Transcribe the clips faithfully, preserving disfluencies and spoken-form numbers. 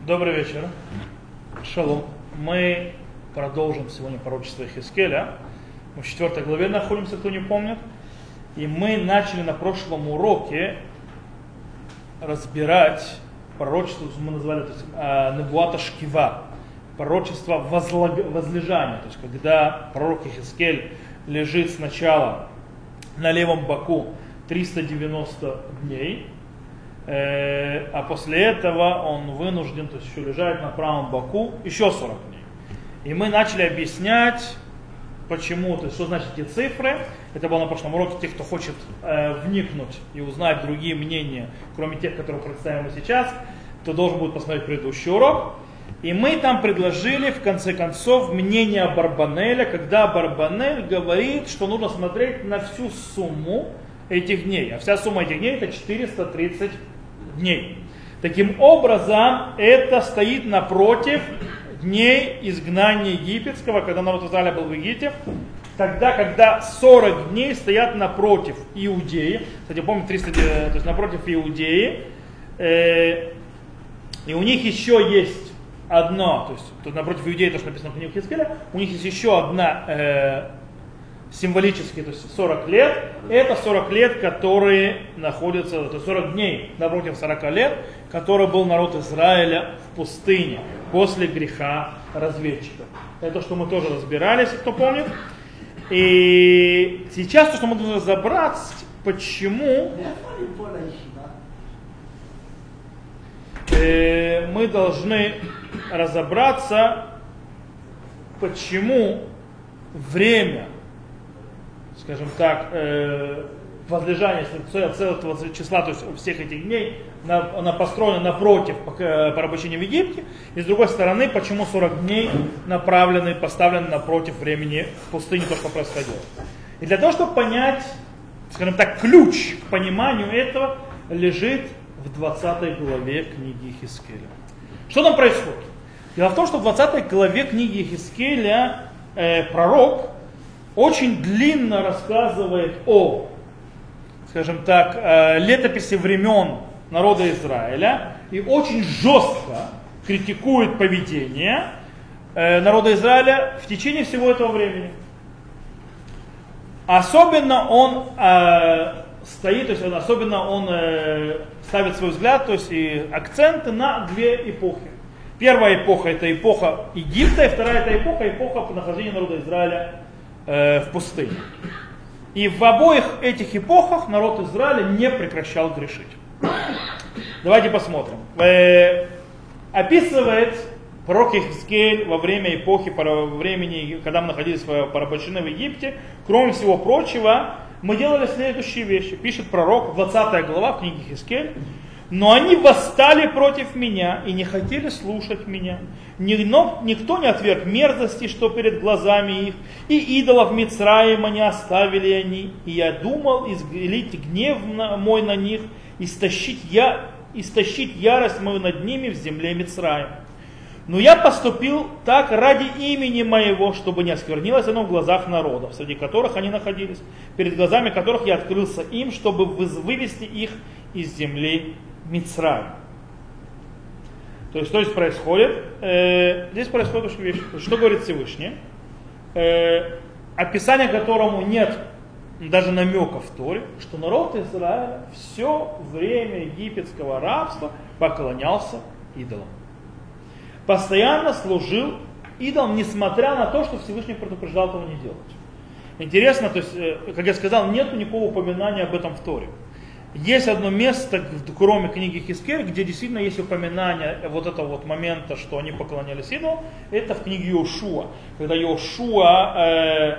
Добрый вечер. Шалом. Мы продолжим сегодня пророчество Йехескеля. Мы в четвертой главе находимся, кто не помнит. И мы начали на прошлом уроке разбирать пророчество, мы назвали это Небуата Шкива, пророчество возлаг... возлежания. То есть когда пророк Йехескель лежит сначала на левом боку триста девяносто дней, а после этого он вынужден, то есть еще лежать на правом боку еще сорок дней. И мы начали объяснять, почему, то есть что значит эти цифры. Это было на прошлом уроке. Те, кто хочет э, вникнуть и узнать другие мнения, кроме тех, которые представим мы сейчас, то должен будет посмотреть предыдущий урок. И мы там предложили, в конце концов, мнение Барбанеля, когда Барбанель говорит, что нужно смотреть на всю сумму этих дней. А вся сумма этих дней это четыреста тридцать дней. Таким образом, это стоит напротив дней изгнания египетского, когда народ Израиля был в Египте. Тогда, когда сорок дней стоят напротив Иудеи. Кстати, помните, триста, то есть напротив Иудеи. Э, и у них еще есть одно, то есть тут напротив Иудеи, то, что написано в книге Йехескеля, у них есть еще одна э, символически, то есть сорок лет, это сорок лет, которые находятся, то есть сорок дней напротив сорока лет, который был народ Израиля в пустыне после греха разведчиков. Это что мы тоже разбирались, кто помнит. И сейчас то, что мы должны разобраться, почему э, мы должны разобраться, почему время, скажем так, э, возлежание целого числа, то есть всех этих дней, она построена напротив порабощения в Египте, и с другой стороны, почему сорок дней направлены, поставлены напротив времени в пустыне, то, что происходило. И для того, чтобы понять, скажем так, ключ к пониманию этого лежит в двадцатой главе книги Йехескеля. Что там происходит? Дело в том, что в двадцатой главе книги Йехескеля э, пророк очень длинно рассказывает о, скажем так, э, летописи времен народа Израиля и очень жестко критикует поведение э, народа Израиля в течение всего этого времени. Особенно он э, стоит, то есть он, особенно он э, ставит свой взгляд, то есть и акценты на две эпохи. Первая эпоха это эпоха Египта, и вторая это эпоха, эпоха нахождения народа Израиля э, в пустыне. И в обоих этих эпохах народ Израиля не прекращал грешить. Давайте посмотрим. Э, описывает пророк Йехескель во время эпохи, во времени, когда мы находились порабощены в Египте, кроме всего прочего, мы делали следующие вещи. Пишет пророк, двадцатая глава книги Йехескель. Но они восстали против меня и не хотели слушать меня. Никто не отверг мерзости, что перед глазами их, и идолов Мицраима не оставили они. И я думал излить гнев мой на них, истощить, я, истощить ярость мою над ними в земле Мицраима. Но я поступил так ради имени моего, чтобы не осквернилось оно в глазах народов, среди которых они находились, перед глазами которых я открылся им, чтобы вывести их из земли Мицраим. То есть, что здесь происходит? Э, здесь происходит очень вещь. Что говорит Всевышний? Э, описание которому нет даже намеков в Торе, что народ Израиля все время египетского рабства поклонялся идолам. Постоянно служил идолам, несмотря на то, что Всевышний предупреждал этого не делать. Интересно, то есть, э, как я сказал, нет никакого упоминания об этом в Торе. Есть одно место, кроме книги Йехескель, где действительно есть упоминание вот этого вот момента, что они поклонялись идолам. Это в книге Йошуа. Когда Йошуа э,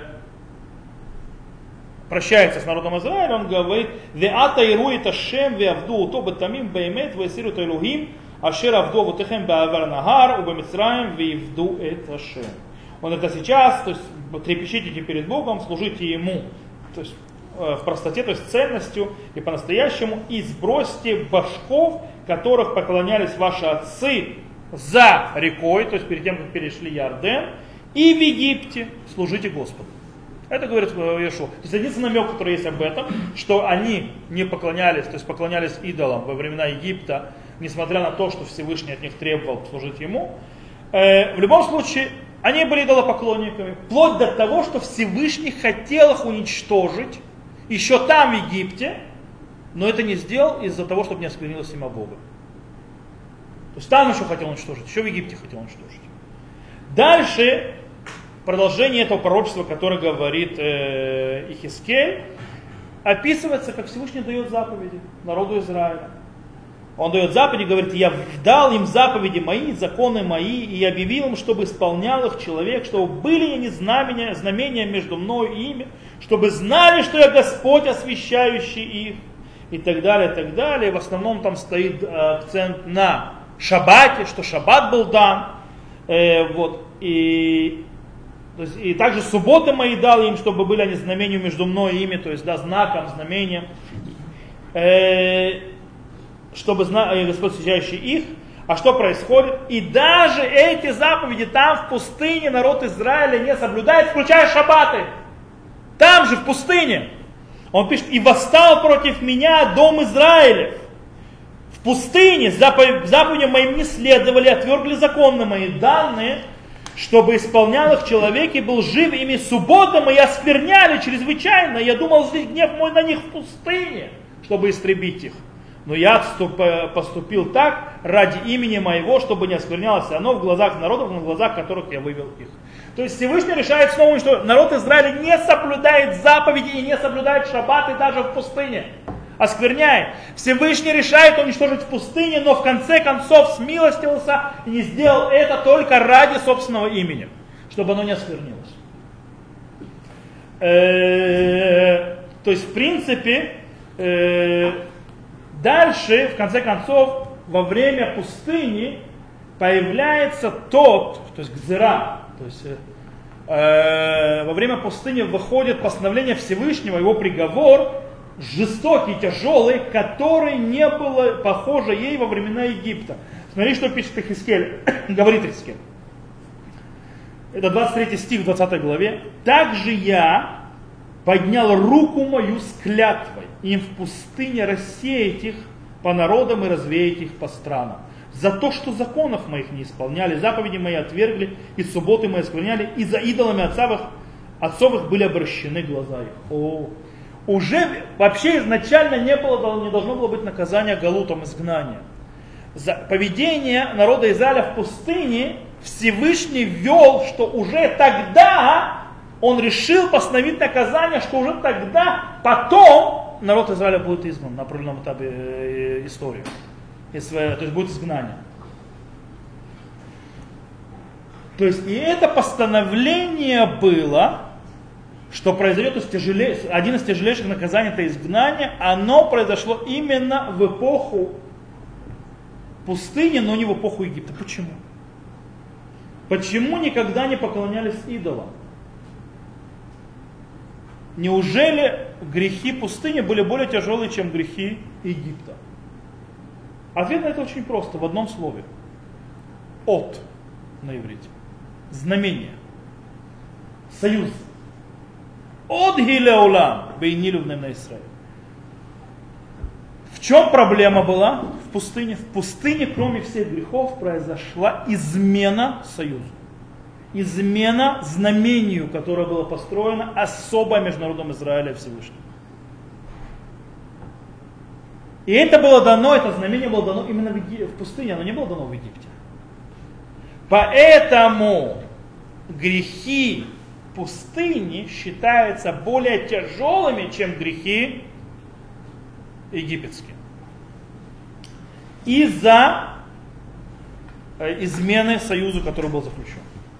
прощается с народом Израиля, он говорит: «Веата ируит Ашем веавду уто бетамим беймет весирут элухим ашер авду авутехем беавар нагар убемицраим веивду эт Ашем». Он это сейчас, то есть трепещите перед Богом, служите Ему. То есть в простоте, то есть ценностью и по-настоящему, и сбросьте башков, которых поклонялись ваши отцы за рекой, то есть перед тем, как перешли Иорден, и в Египте служите Господу. Это говорит Йошуа. То есть единственный намек, который есть об этом, что они не поклонялись, то есть поклонялись идолам во времена Египта, несмотря на то, что Всевышний от них требовал служить ему. Э, в любом случае, они были идолопоклонниками, вплоть до того, что Всевышний хотел их уничтожить еще там, в Египте, но это не сделал из-за того, чтобы не осквернилось имя Бога. То есть там еще хотел уничтожить, еще в Египте хотел уничтожить. Дальше продолжение этого пророчества, которое говорит э, Ихискель, описывается, как Всевышний дает заповеди народу Израиля. Он дает заповеди, говорит: я дал им заповеди мои, законы мои, и объявил им, чтобы исполнял их человек, чтобы были они знамения, знамения между мною и ими, чтобы знали, что я Господь, освящающий их, и так далее, и так далее. В основном там стоит акцент на шаббате, что шаббат был дан. Э, вот, и, то есть, и также субботы мои дал им, чтобы были они знамением между мной и ими, то есть да, знаком, знамением. Э, чтобы знал Господь, освящающий их. А что происходит? И даже эти заповеди там в пустыне народ Израиля не соблюдает, включая шаббаты. Там же в пустыне. Он пишет: и восстал против меня дом Израилев. В пустыне заповедям моим не следовали, отвергли законы мои данные, чтобы исполнял их человек и был жив, ими суббота мои оскверняли чрезвычайно. Я думал, здесь гнев мой на них в пустыне, чтобы истребить их. Но я поступил так ради имени моего, чтобы не осквернялось оно в глазах народов, на глазах которых я вывел их. То есть Всевышний решает снова, что народ Израиля не соблюдает заповеди и не соблюдает шаббаты даже в пустыне. Оскверняет. Всевышний решает уничтожить в пустыне, но в конце концов смилостивился и не сделал это только ради собственного имени, чтобы оно не осквернилось. То есть в принципе... Дальше, в конце концов, во время пустыни появляется тот, то есть гзера, то есть э, во время пустыни выходит постановление Всевышнего, его приговор, жестокий, тяжелый, который не было похоже ей во времена Египта. Смотри, что пишет Ихискель, говорит Ихискель. Это двадцать третий стих в двадцатой главе. «Также я поднял руку мою с клятвой, им в пустыне рассеять их по народам и развеять их по странам. За то, что законов моих не исполняли, заповеди мои отвергли, и субботы мои оскверняли, и за идолами отцовых, отцовых были обращены глаза их». О, уже вообще изначально не, было, не должно было быть наказания галутом, изгнания. За поведение народа Израиля в пустыне Всевышний ввел, что уже тогда он решил постановить наказание, что уже тогда, потом народ Израиля будет изгнан на определенном этапе истории. То есть будет изгнание. То есть и это постановление было, что произойдет из тяжелей, один из тяжелейших наказаний, это изгнание, оно произошло именно в эпоху пустыни, но не в эпоху Египта. Почему? Почему никогда не поклонялись идолам? Неужели грехи пустыни были более тяжелые, чем грехи Египта? Ответ на это очень просто, в одном слове. От на иврите. Знамение. Союз. От гилеулам бейнилювным на Израиль. В чем проблема была в пустыне? В пустыне, кроме всех грехов, произошла измена союзу. Измена знамению, которое было построено особо между народом Израиля и Всевышним. И это было дано, это знамение было дано именно в, Еги... в пустыне, оно не было дано в Египте. Поэтому грехи пустыни считаются более тяжелыми, чем грехи египетские. Из-за измены союза, который был заключен.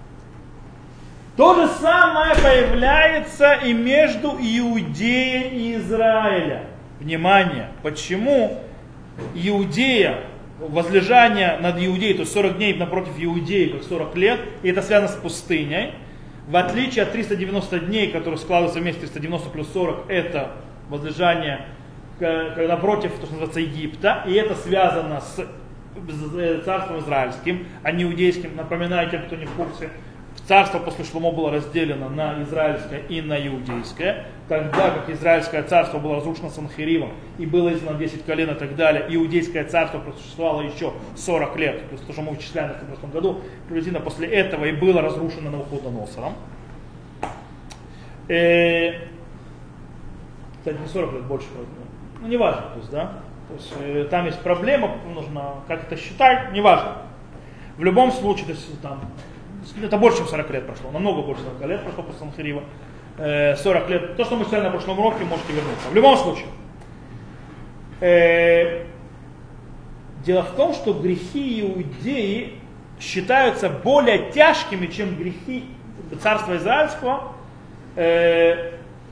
То же самое появляется и между Иудеей и Израилем. Внимание, почему Иудея, возлежание над Иудеей, то есть сорок дней напротив Иудеи, как сорок лет, и это связано с пустыней, в отличие от триста девяноста дней, которые складываются вместе, триста девяносто плюс сорок, это возлежание напротив, то, что называется, Египта, и это связано с царством израильским, а не иудейским. Напоминаю тем, кто не в курсе. царство после Шломо было разделено на израильское и на иудейское. Тогда как израильское царство было разрушено Санхеривом и было изгнано десять колен и так далее, иудейское царство просуществовало еще сорок лет, то есть то, что мы вычисляем в прошлом году, приблизительно после этого и было разрушено Навуходоносором. Э, кстати, не сорок лет, больше, ну не важно, то есть, да, то есть, э, там есть проблема, нужно как это считать, не важно. В любом случае, то есть, там, это больше, чем сорок лет прошло, намного больше сорока лет прошло после Санхерива. сорок лет, то, что мы читали на прошлом уроке, можете вернуться. В любом случае, э, дело в том, что грехи иудеи считаются более тяжкими, чем грехи царства израильского. Э,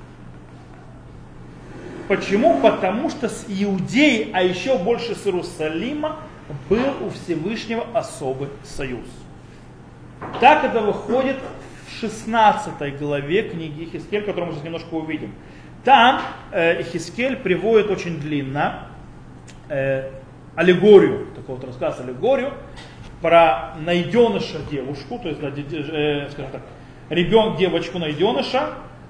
почему? Потому что с Иудеей, а еще больше с Иерусалима, был у Всевышнего особый союз. Так это выходит в шестнадцатой главе книги Ихискель, которую мы сейчас немножко увидим. Там э, Ихискель приводит очень длинно э, аллегорию, такой вот рассказ, аллегорию про найденыша девушку, то есть, да, э, скажем так, ребенок, девочку найденыша.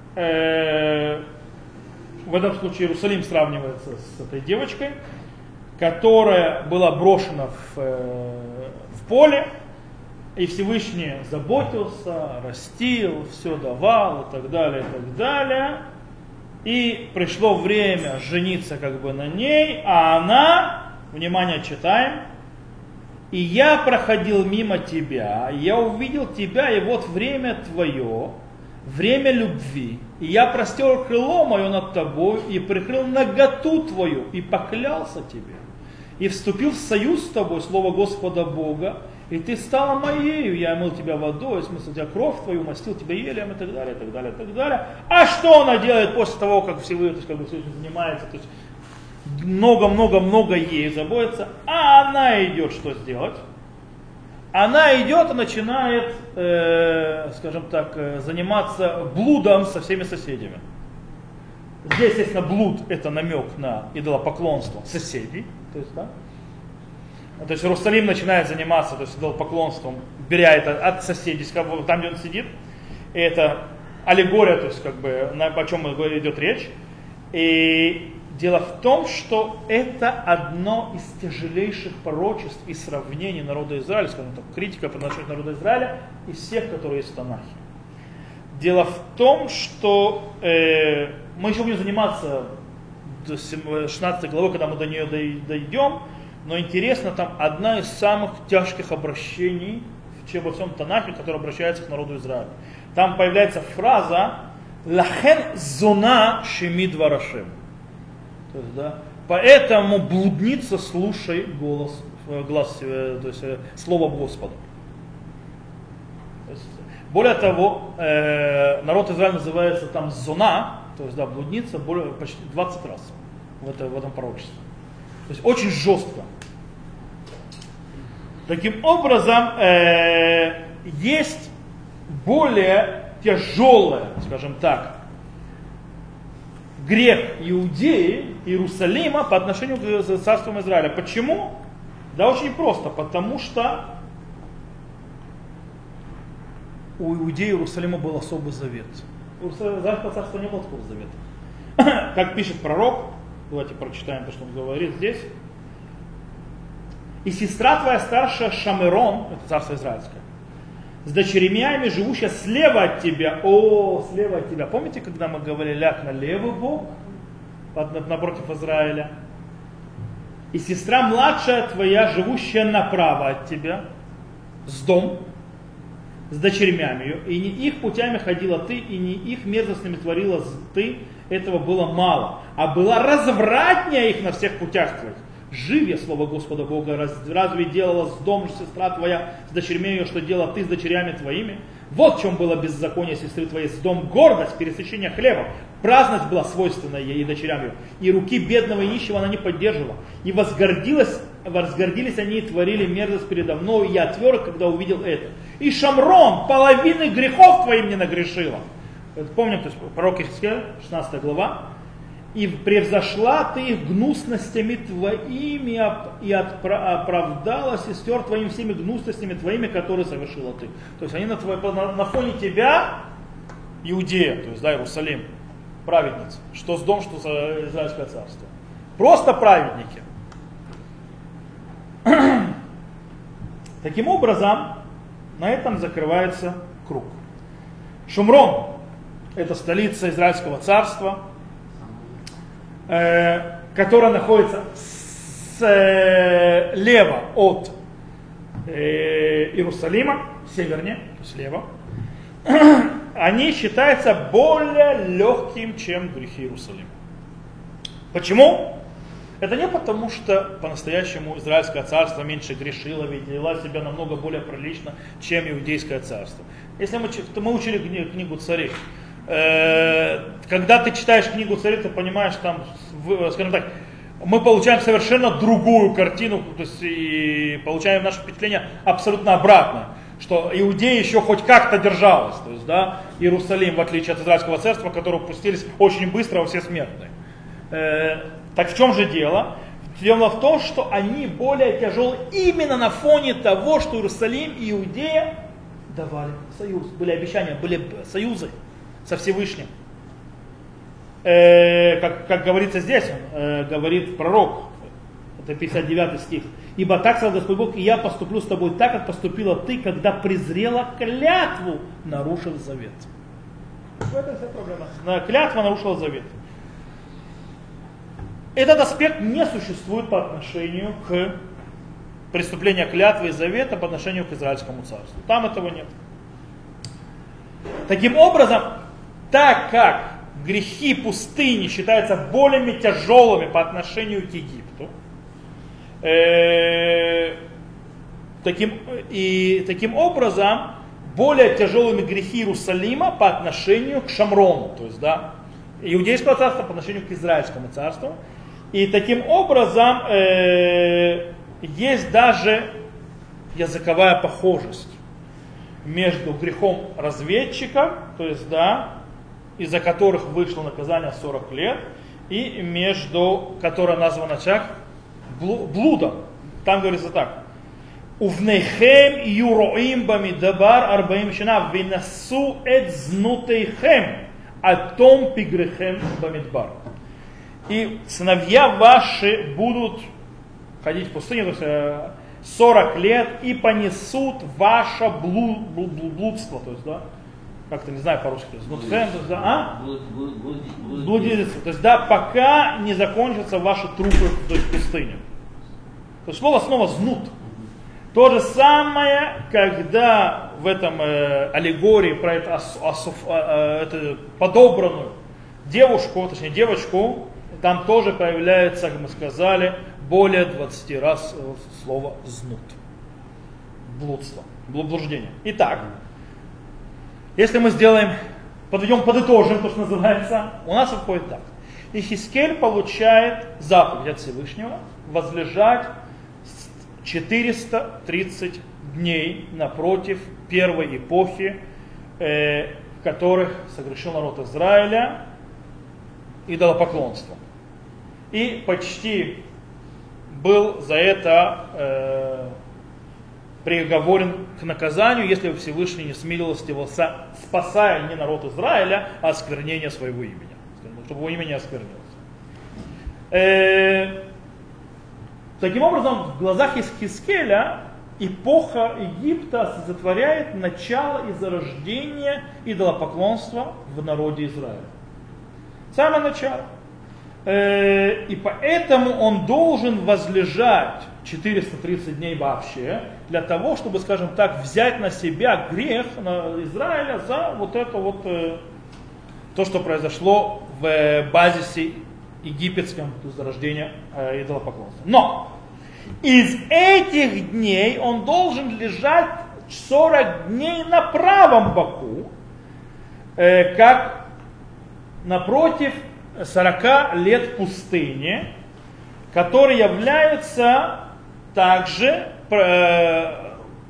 Э, в этом случае Иерусалим сравнивается с этой девочкой, которая была брошена в, э, в поле. И Всевышний заботился, растил, все давал и так далее, и так далее. И пришло время жениться как бы на ней, а она, внимание, читаем, и я проходил мимо тебя, и я увидел тебя, и вот время твое, время любви, и я простер крыло мое над тобой, и прикрыл наготу твою, и поклялся тебе, и вступил в союз с тобой, слово Господа Бога, и ты стала моею, я омыл тебя водой, смысл тебя кровь твою, мастил тебя елем и так далее, и так далее, и так далее. А что она делает после того, как Всевышний, то есть, как бы, Всевышний занимается, то есть много-много-много ей заботится, а она идет что сделать? Она идет и начинает, э, скажем так, заниматься блудом со всеми соседями. Здесь, естественно, блуд это намек на идолопоклонство соседей, то есть, да? То есть Иерусалим начинает заниматься, то есть идолопоклонством, беря это от соседей, там, где он сидит. И это аллегория, то есть как бы о чем идет речь. И дело в том, что это одно из тяжелейших пророчеств и сравнений народа Израиля, скажем так, критика по отношению к народу Израиля из всех, которые есть в Танахе. Дело в том, что э, мы еще будем заниматься до шестнадцатой главы, когда мы до нее дойдем. Но интересно, там одна из самых тяжких обращений во всем Танахе, которая обращается к народу Израиля. Там появляется фраза «Лахен зона шемид варашем». То есть, да, поэтому блудница, слушай голос, глаз, то есть слово Господа. То есть, более того, э, народ Израиля называется там зона, то есть да, блудница, более, почти двадцать раз в, это, в этом пророчестве. То есть очень жестко. Таким образом, э, есть более тяжелое, скажем так, грех Иудеи, Иерусалима по отношению к царству Израиля. Почему? Да очень просто. Потому что у Иудеи Иерусалима был особый завет. У Израильского царства не было такого завета. Как пишет пророк, давайте прочитаем то, что он говорит здесь. И сестра твоя старшая Шамерон, это царство израильское, с дочерями, живущая слева от тебя, о, слева от тебя. Помните, когда мы говорили, ляг на левый бок, напротив Израиля? И сестра младшая твоя, живущая направо от тебя, с дом, с дочерьми ее, и не их путями ходила ты, и не их мерзостными творила ты, этого было мало, а была развратнее их на всех путях твоих. Живе, слово Господа Бога, разве делала с домом сестра твоя, с дочерьми ее, что делала ты с дочерями твоими? Вот в чем было беззаконие сестры твоей, с дом гордость, пересечение хлеба, праздность была свойственна ей и дочерям ее, и руки бедного и нищего она не поддерживала, и возгордилась, возгордились они и творили мерзость передо мной, и я отверг, когда увидел это. И Шамрон половины грехов твоим не нагрешила. Это помним, то есть пророк Ихискель, шестнадцатая глава. и превзошла ты их гнусностями твоими, и оправдала сестер твоим всеми гнусностями твоими, которые совершила ты. То есть они на, твой, на, на фоне тебя, Иудея, то есть да, Иерусалим, праведница, что с дом, что за Израильское царство. Просто праведники. Таким образом, на этом закрывается круг. Шумрон – это столица Израильского царства, э, которая находится слева от э, Иерусалима, севернее, слева. Они считаются более легким, чем грехи Иерусалима. Почему? Это не потому, что по-настоящему Израильское царство меньше грешило, ведь вела себя намного более прилично, чем Иудейское царство. Если мы, мы учили книгу Царей, когда ты читаешь книгу Царей, ты понимаешь, там, скажем так, мы получаем совершенно другую картину, то есть и получаем наше впечатление абсолютно обратное, что Иудея еще хоть как-то держалась, то есть, да, Иерусалим, в отличие от Израильского царства, которого пустились очень быстро во все смертные. Так в чем же дело? Дело в том, что они более тяжелые именно на фоне того, что Иерусалим и Иудея давали союз, были обещания, были союзы со Всевышним. Э, как, как говорится здесь, э, говорит пророк, это пятьдесят девятый стих. «Ибо так сказал Господь Бог, и я поступлю с тобой так, как поступила ты, когда презрела клятву, нарушив завет». В этом вся проблема. Клятва нарушила завет. Этот аспект не существует по отношению к преступлению клятвы и завета по отношению к Израильскому царству. Там этого нет. Таким образом, так как грехи пустыни считаются более тяжелыми по отношению к Египту, э, таким, и таким образом более тяжелыми грехи Иерусалима по отношению к Шамрону, то есть да, Иудейского царства по отношению к Израильскому царству. И таким образом э, есть даже языковая похожесть между грехом разведчика, то есть да, из-за которых вышло наказание сорок лет, и между, которое названо как блудом. Там говорится так: «Увнейхем юроим бамидабар арбаим шана винасу эт знутейхем атом пигрехем бамидбар». И сыновья ваши будут ходить в пустыню, то есть сорок лет, и понесут ваше блуд, блуд, блудство, то есть, да, как-то не знаю по-русски, то есть, блудхем, то есть, да, а? Блудилица, то есть, да, пока не закончатся ваши трупы, то есть, в пустыне. То есть, слово снова знут. То же самое, когда в этом э, аллегории про это, ос, ос, э, это подобранную девушку, точнее девочку, там тоже появляется, как мы сказали, более двадцати раз слово знут. Блудство, блуждение. Итак, если мы сделаем, подведем, подытожим то, что называется, у нас выходит так. Ихискель получает заповедь от Всевышнего возлежать четыреста тридцать дней напротив первой эпохи, э, в которых согрешил народ Израиля идолопоклонством. И почти был за это э, приговорен к наказанию, если бы Всевышний не смилостивился, спасая не народ Израиля, а осквернение своего имени, чтобы его имя не осквернилось. Э, таким образом, в глазах Ихискеля эпоха Египта олицетворяет начало и зарождение идолопоклонства в народе Израиля. Самое начало. И поэтому он должен возлежать четыреста тридцать дней вообще, для того, чтобы, скажем так, взять на себя грех на Израиля за вот это вот, то, что произошло в базисе египетском, то есть зарождение идолопоклонства. Но из этих дней он должен лежать сорок дней на правом боку, как напротив сорока лет пустыни, которые являются также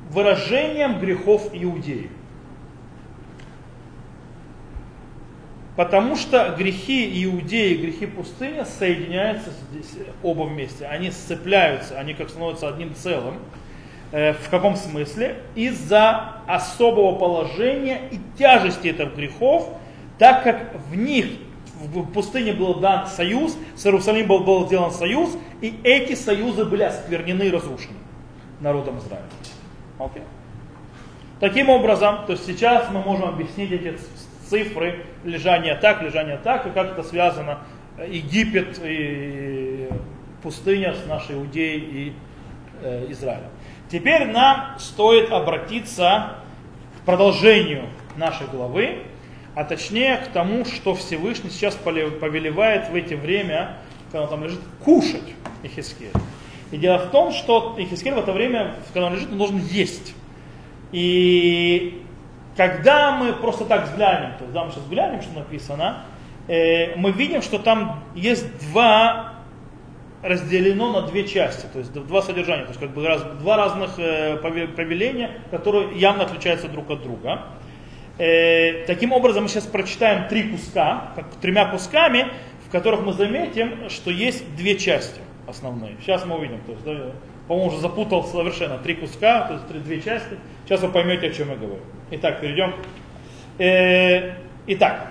выражением грехов Иудеи. Потому что грехи Иудеи и грехи пустыни соединяются здесь оба вместе. Они сцепляются, они как становятся одним целым. Э, в каком смысле? Из-за особого положения и тяжести этих грехов, так как в них, в пустыне был дан союз, с Иерусалимом был, был сделан союз, и эти союзы были осквернены и разрушены народом Израиля. Okay. Таким образом, то есть сейчас мы можем объяснить эти цифры, лежание так, лежание так, и как это связано Египет и пустыня с нашей Иудеей и э, Израилем. Теперь нам стоит обратиться к продолжению нашей главы, а точнее к тому, что Всевышний сейчас повелевает в это время, когда он там лежит, кушать Ихескель. И дело в том, что Ихескель в это время, когда он лежит, он должен есть. И когда мы просто так взглянем, то есть да, мы сейчас взглянем, что написано, э, мы видим, что там есть два, разделено на две части, то есть два содержания, то есть как бы раз, два разных э, повеления, которые явно отличаются друг от друга. Э, таким образом, мы сейчас прочитаем три куска, как, тремя кусками, в которых мы заметим, что есть две части основные. Сейчас мы увидим, то есть, да, по-моему, уже запутал совершенно три куска, то есть три, две части. Сейчас вы поймете, о чем я говорю. Итак, перейдем. Э, итак.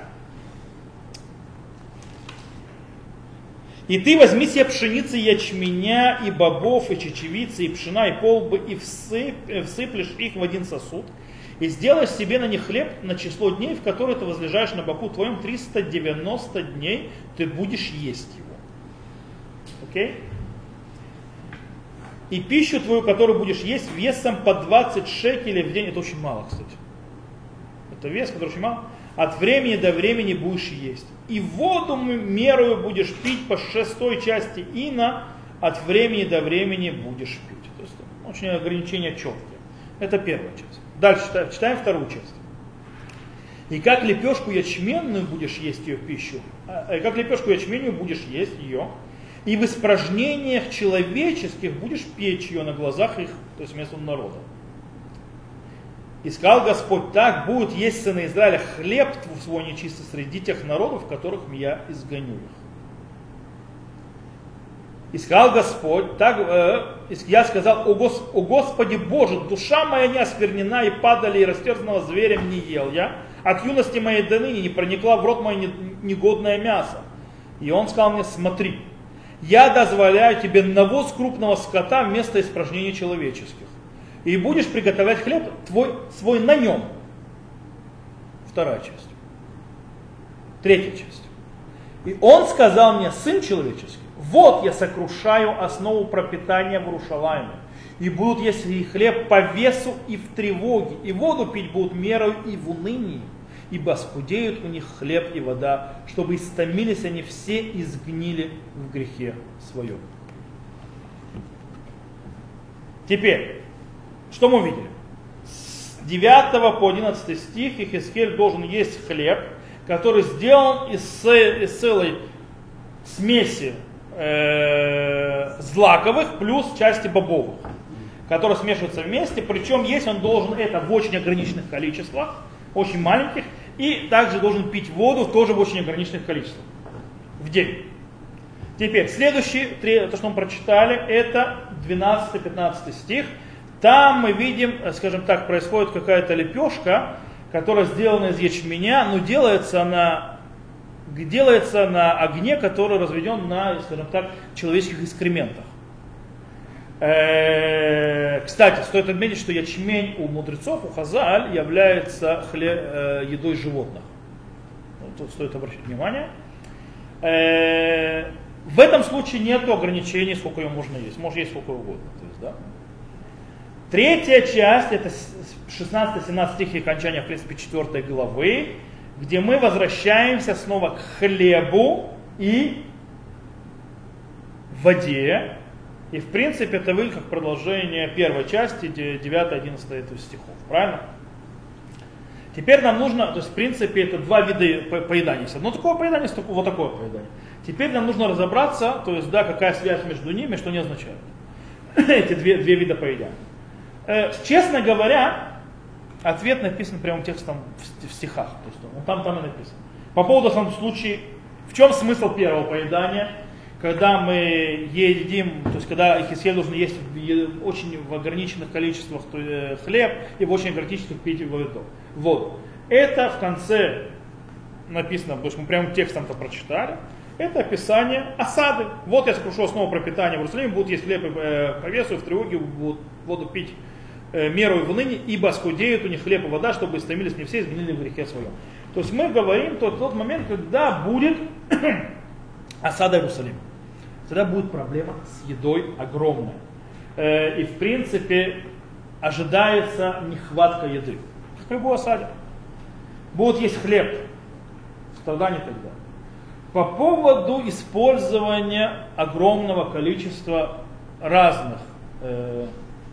И ты возьми себе пшеницы, ячменя, и бобов, и чечевицы, и пшена, и полбы, и всып, всыплешь их в один сосуд, и сделаешь себе на них хлеб на число дней, в которые ты возлежаешь на боку твоем, триста девяносто дней ты будешь есть его. Окей? Okay? И пищу твою, которую будешь есть, весом по двадцать шекелей в день. Это очень мало, кстати. Это вес, который очень мало. От времени до времени будешь есть. И воду мерою будешь пить по шестой части ина, от времени до времени будешь пить. То есть очень ограничения четкие. Это первая часть. Дальше читаем, читаем вторую часть. И как лепешку ячменную будешь есть ее в пищу, и как лепешку ячменную будешь есть ее, и в испражнениях человеческих будешь печь ее на глазах их, то есть вместо народа. И сказал Господь, так будут есть сыны Израиля хлеб свой нечистый среди тех народов, которых я изгоню их. И сказал Господь, так, э, я сказал, о, Гос, о Господи Боже, душа моя не осквернена, и падали, и растерзанного зверем не ел я, от юности моей до ныне не проникла в рот мой негодное мясо. И он сказал мне, смотри, я дозволяю тебе навоз крупного скота вместо испражнений человеческих. И будешь приготовлять хлеб твой, свой на нем. Вторая часть. Третья часть. И он сказал мне, сын человеческий, вот я сокрушаю основу пропитания в Иерушалайме. И будут есть и хлеб по весу и в тревоге, и воду пить будут мерою и в унынии. Ибо скудеют у них хлеб и вода, чтобы истомились они все и сгнили в грехе своем. Теперь, что мы видели? С девятого по одиннадцатый стих Ихескель должен есть хлеб, который сделан из, из целой смеси э, злаковых плюс части бобовых, которые смешиваются вместе. Причем есть он должен это в очень ограниченных количествах, очень маленьких, и также должен пить воду тоже в очень ограниченных количествах в день. Теперь, следующий, то, что мы прочитали, это двенадцатый-пятнадцатый стих. Там мы видим, скажем так, происходит какая-то лепешка, которая сделана из ячменя, но делается она, делается на огне, который разведен на, скажем так, человеческих экскрементах. Кстати, стоит отметить, что ячмень у мудрецов, у хазаль, является хлеб, э, едой животных. Тут стоит обратить внимание. Э, в этом случае нет ограничений, сколько ее можно есть. Можно есть сколько угодно. То есть, да. Третья часть, это шестнадцатый-семнадцатый стихи окончания, в принципе, четвертой главы, где мы возвращаемся снова к хлебу и воде. И в принципе это выглядит как продолжение первой части, девятого-одиннадцатого стихов. Правильно? Теперь нам нужно, то есть в принципе это два вида поедания. Есть одно такое поедание, есть вот такое поедание. Теперь нам нужно разобраться, то есть да, какая связь между ними, что они означают. Эти две, две вида поедания. Э, честно говоря, ответ написан прямым текстом в, в стихах. То есть, ну, там, там и написано. По поводу, в самом случае, в чем смысл первого поедания? Когда мы едим, то есть когда Ихискель должен есть в очень в ограниченных количествах то, э, хлеб и в очень ограниченных пить воду. воду. Это в конце написано, то есть мы прямо текстом-то прочитали, это описание осады. Вот я скажу основу пропитания в Иерусалиме, будут есть хлеб э, по весу, и в тревоге будут воду пить э, меру и в ныне, ибо скудеют у них хлеб и вода, чтобы истомились не все, изменили в грехе своем. То есть мы говорим тот, тот момент, когда будет осада Иерусалима. Тогда будет проблема с едой огромная. Э, и в принципе ожидается нехватка еды. Как в любой осаде. Будут есть хлеб. Страдания тогда. По поводу использования огромного количества разных э,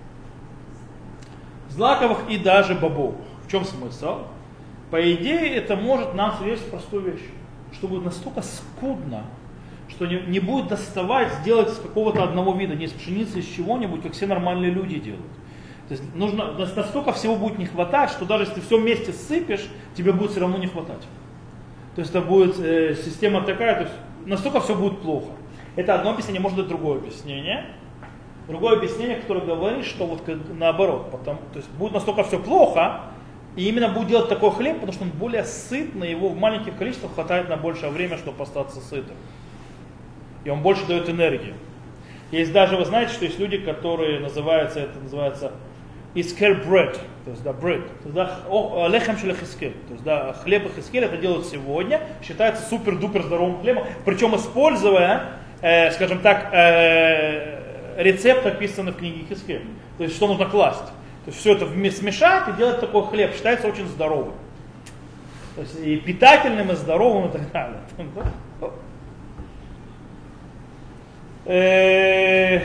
злаковых и даже бобовых. В чем смысл? По идее это может нам свидетельствовать простую вещь. Что будет настолько скудно, что не, не будет доставать сделать из какого-то одного вида, не из пшеницы, из чего-нибудь, как все нормальные люди делают. То есть нужно, настолько всего будет не хватать, что даже если ты все вместе сыпешь, тебе будет все равно не хватать. То есть это будет э, система такая, то есть настолько все будет плохо. Это одно объяснение, может быть другое объяснение. Другое объяснение, которое говорит, что вот как, наоборот, потому, то есть будет настолько все плохо, и именно будет делать такой хлеб, потому что он более сытный, его в маленьких количествах хватает на большее время, чтобы остаться сытым. И он больше дает энергии. Есть даже, вы знаете, что есть люди, которые называются, это называется Искель bread, то есть да, bread, то есть да, лехем шель Ихискель, то есть да, хлеб Ихискель это делают сегодня, считается супер-дупер здоровым хлебом, причем используя, э, скажем так, э, рецепт, описанный в книге Ихискель. То есть что нужно класть. То есть все это смешать и делать такой хлеб, считается очень здоровым. То есть и питательным, и здоровым, и так далее. Э,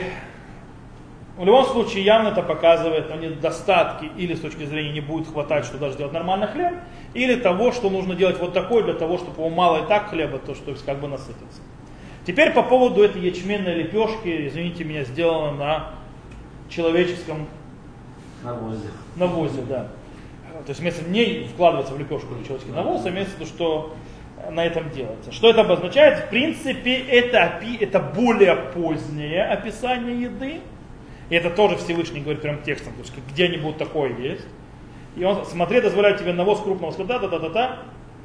В любом случае, явно это показывает ну, недостатки, или с точки зрения не будет хватать, что даже делать нормальный хлеб, или того, что нужно делать вот такой, для того, чтобы его мало и так хлеба, то что как бы насытиться. Теперь по поводу этой ячменной лепешки, извините меня, сделано на человеческом навозе. навозе, да. То есть вместо не вкладываться в лепешку или человеческий навоз, а имеется в виду, что на этом делается. Что это обозначает? В принципе, это, это более позднее описание еды. И это тоже Всевышний говорит прям текстом, то есть где-нибудь такое есть. И он, смотри, дозволяет тебе навоз крупного скота, та-та-та-та,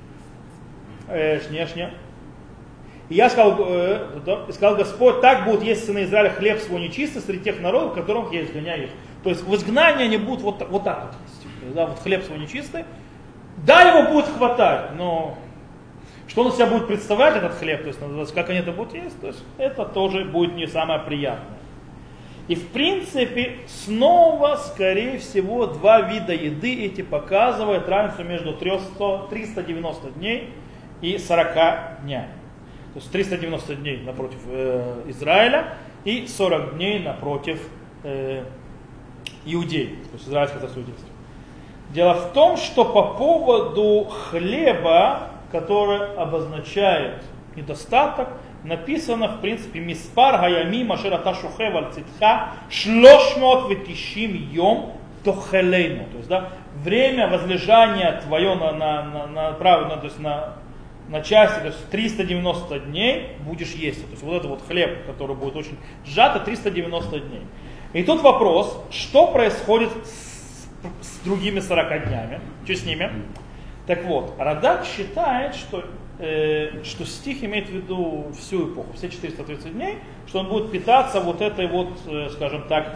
э, шня, шня. И я сказал, э, и сказал Господь, так будут есть сыны Израиля хлеб свой нечистый среди тех народов, которых я изгоняю их. То есть в изгнании они будут вот, вот так вот есть. Да, вот хлеб свой нечистый. Да, его будет хватать, но что он из себя будет представлять, этот хлеб, то есть как они это будут есть, то есть это тоже будет не самое приятное. И в принципе, снова, скорее всего, два вида еды эти показывают разницу между триста девяносто дней и сорока днями. То есть триста девяносто дней напротив э, Израиля и сорок дней напротив э, Иудеи, то есть израильского судейства. Дело в том, что по поводу хлеба, который обозначает недостаток, написано, в принципе, «Миспар гаямим ашер ата шохев аль цитха шлошмот ветишим йом тохелейну». То есть, да, время возлежания твое на, на, на, на, на, то есть на, на части, то есть триста девяносто дней будешь есть. То есть вот это вот хлеб, который будет очень сжато, триста девяносто дней. И тут вопрос, что происходит с, с другими сорока днями, что с ними? Так вот, Радак считает, что что стих имеет в виду всю эпоху, все четыреста тридцать дней, что он будет питаться вот этой вот, скажем так,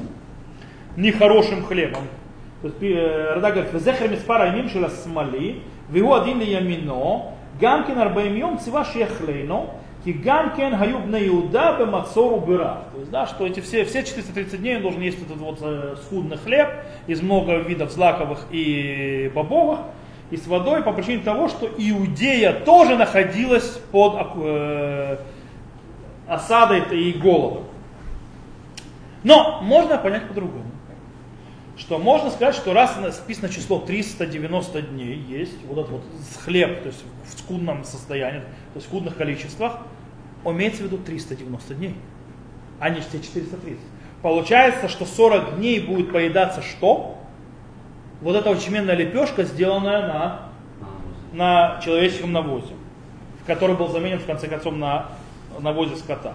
нехорошим хлебом. Радак говорит, «Везехер миспар аймим шел асмали, вегу один лиямино, гамкен арбаим йом цива шехлейно, ки гамкен хаю бней Иуда бемацору бирах». То есть, да, что эти все, все четыреста тридцать дней он должен есть этот вот скудный хлеб из много видов злаковых и бобовых, и с водой по причине того, что Иудея тоже находилась под э, осадой и голодом. Но можно понять по-другому. Что можно сказать, что раз написано число триста девяносто дней есть, вот этот вот хлеб, то есть в скудном состоянии, то есть в скудных количествах, имеется в виду триста девяносто дней, а не все четыреста тридцать. Получается, что сорок дней будет поедаться что? Вот эта ячменная лепешка, сделанная на на человеческом навозе, который был заменен в конце концов на навозе скота.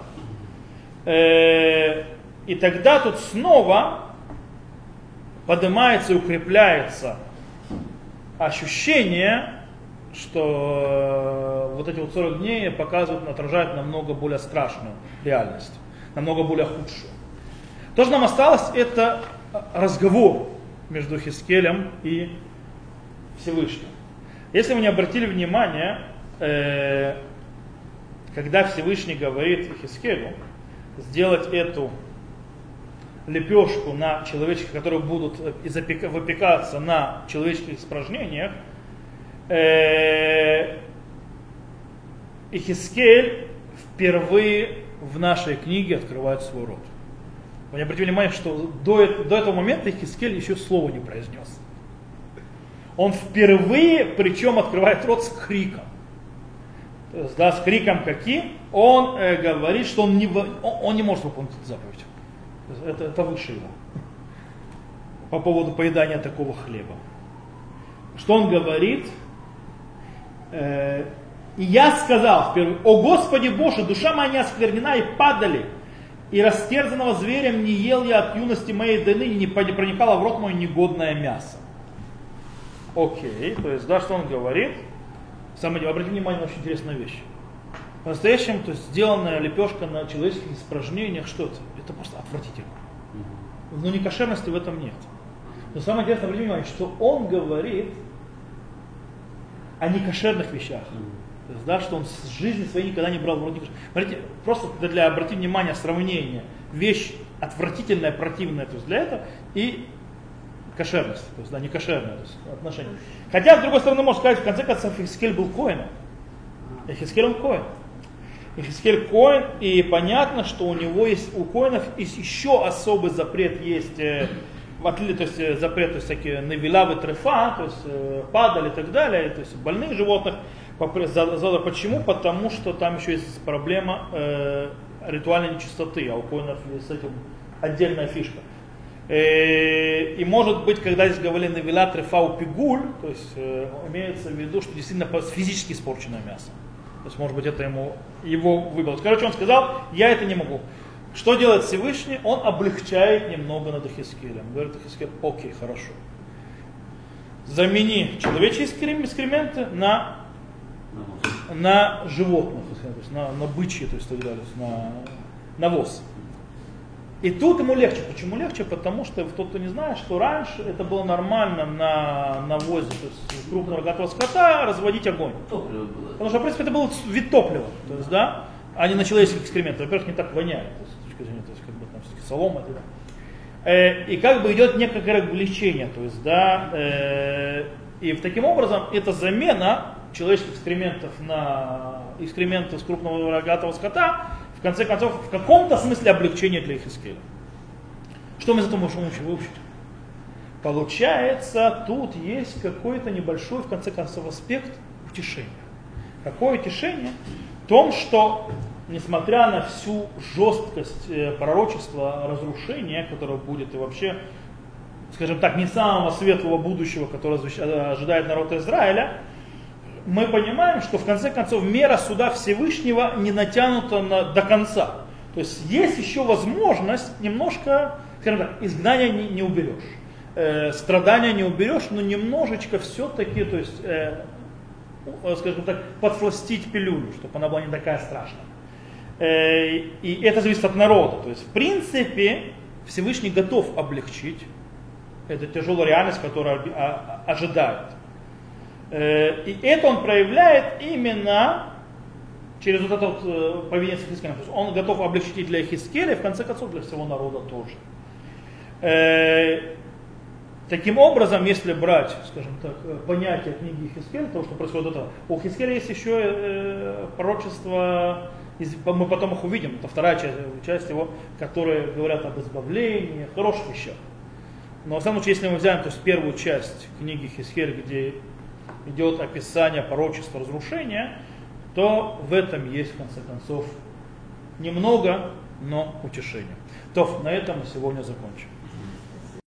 И тогда тут снова поднимается и укрепляется ощущение, что вот эти вот сорок дней показывают, отражают намного более страшную реальность, намного более худшую. То, что нам осталось, это разговор между Хискелем и Всевышним. Если вы не обратили внимание, э, когда Всевышний говорит Хискелю сделать эту лепешку на человеческих, которые будут выпекаться на человеческих испражнениях, э, Хискель впервые в нашей книге открывает свой рот. Вы не обратили внимание, что до, до этого момента Хискель еще слова не произнес. Он впервые, причем открывает рот с криком. То есть, да, с криком каким? Он э, говорит, что он не, он, он не может выполнить эту заповедь. Это, это выше его. По поводу поедания такого хлеба. Что он говорит? Э, и я сказал впервые: о Господи Боже, душа моя не осквернена, и падали, и растерзанного зверем не ел я от юности моей до ныне, не проникало в рот мой негодное мясо. Окей, то есть, да, что он говорит? Самое, обратите внимание на очень интересную вещь. По-настоящему, то есть, сделанная лепешка на человеческих испражнениях, что это? Это просто отвратительно. Но не кошерности в этом нет. Но самое интересное, обратите внимание, что он говорит о некошерных вещах. То есть, да, что он с жизни своей никогда не брал в рот некошерных. Смотрите, просто для обратить внимание, сравнение, вещь отвратительная, противная, то есть для этого, и кошерность, то есть, да, не кошерное, то есть, отношение. Хотя, с другой стороны, можно сказать, в конце концов, Хискель был коэном. И Хискель он коэн. И Хискель коэн, и понятно, что у него есть, у коэнов есть еще особый запрет, есть, э, в отличие, то есть запрет, то есть всякие навилавы, трефа, то есть э, падаль и так далее, то есть больных животных. Почему? Потому что там еще есть проблема э, ритуальной нечистоты, а у коэнов с этим отдельная фишка. И может быть, когда здесь говорили навила трефау пигуль, то есть э, имеется в виду, что действительно физически испорченное мясо. То есть, может быть, это ему его выбрал. Короче, он сказал: я это не могу. Что делает Всевышний? Он облегчает немного над Хискелем. Говорит Хискель: окей, хорошо. Замени человеческие экскременты на, на животных, то есть на, на бычьи, то есть так далее, на навоз. И тут ему легче. Почему легче? Потому что тот, кто не знает, что раньше это было нормально на навозе, то есть крупного рогатого скота разводить огонь. Топливо было. Потому что, в принципе, это был вид топлива, то есть, да, а не на человеческих экскрементах. Во-первых, не так воняет, то есть, с точки зрения, то есть, как бы там все-таки солома. Да. Э, и как бы идет некое облегчение, то есть, да, э, и таким образом эта замена человеческих экскрементов на экскременты с крупного рогатого скота, в конце концов, в каком-то смысле облегчение для Хискеля. Что мы из этого можем выучить? Получается, тут есть какой-то небольшой, в конце концов, аспект утешения. Какое утешение? В том, что, несмотря на всю жесткость пророчества разрушения, которое будет и вообще, скажем так, не самого светлого будущего, которое ожидает народ Израиля, мы понимаем, что в конце концов мера суда Всевышнего не натянута на, до конца. То есть есть еще возможность немножко, скажем так, изгнания не, не уберешь, э, страдания не уберешь, но немножечко все-таки, то есть, э, скажем так, подфластить пилюлю, чтобы она была не такая страшная. Э, и это зависит от народа. То есть в принципе Всевышний готов облегчить эту тяжелую реальность, которая ожидает. И это он проявляет именно через вот это вот поведение с Хискелем. Он готов облегчить и для Хискеля, и в конце концов для всего народа тоже. Таким образом, если брать, скажем так, понятие книги Хискеля, того, что происходит до этого, у Хискеля есть еще пророчество, мы потом их увидим, это вторая часть, часть его, которые говорят об избавлении, хороших вещах. Но в самом случае, если мы взяем то есть, первую часть книги Хискеля, где идет описание пророчества разрушения, то в этом есть, в конце концов, немного, но утешение. То, на этом мы сегодня закончим.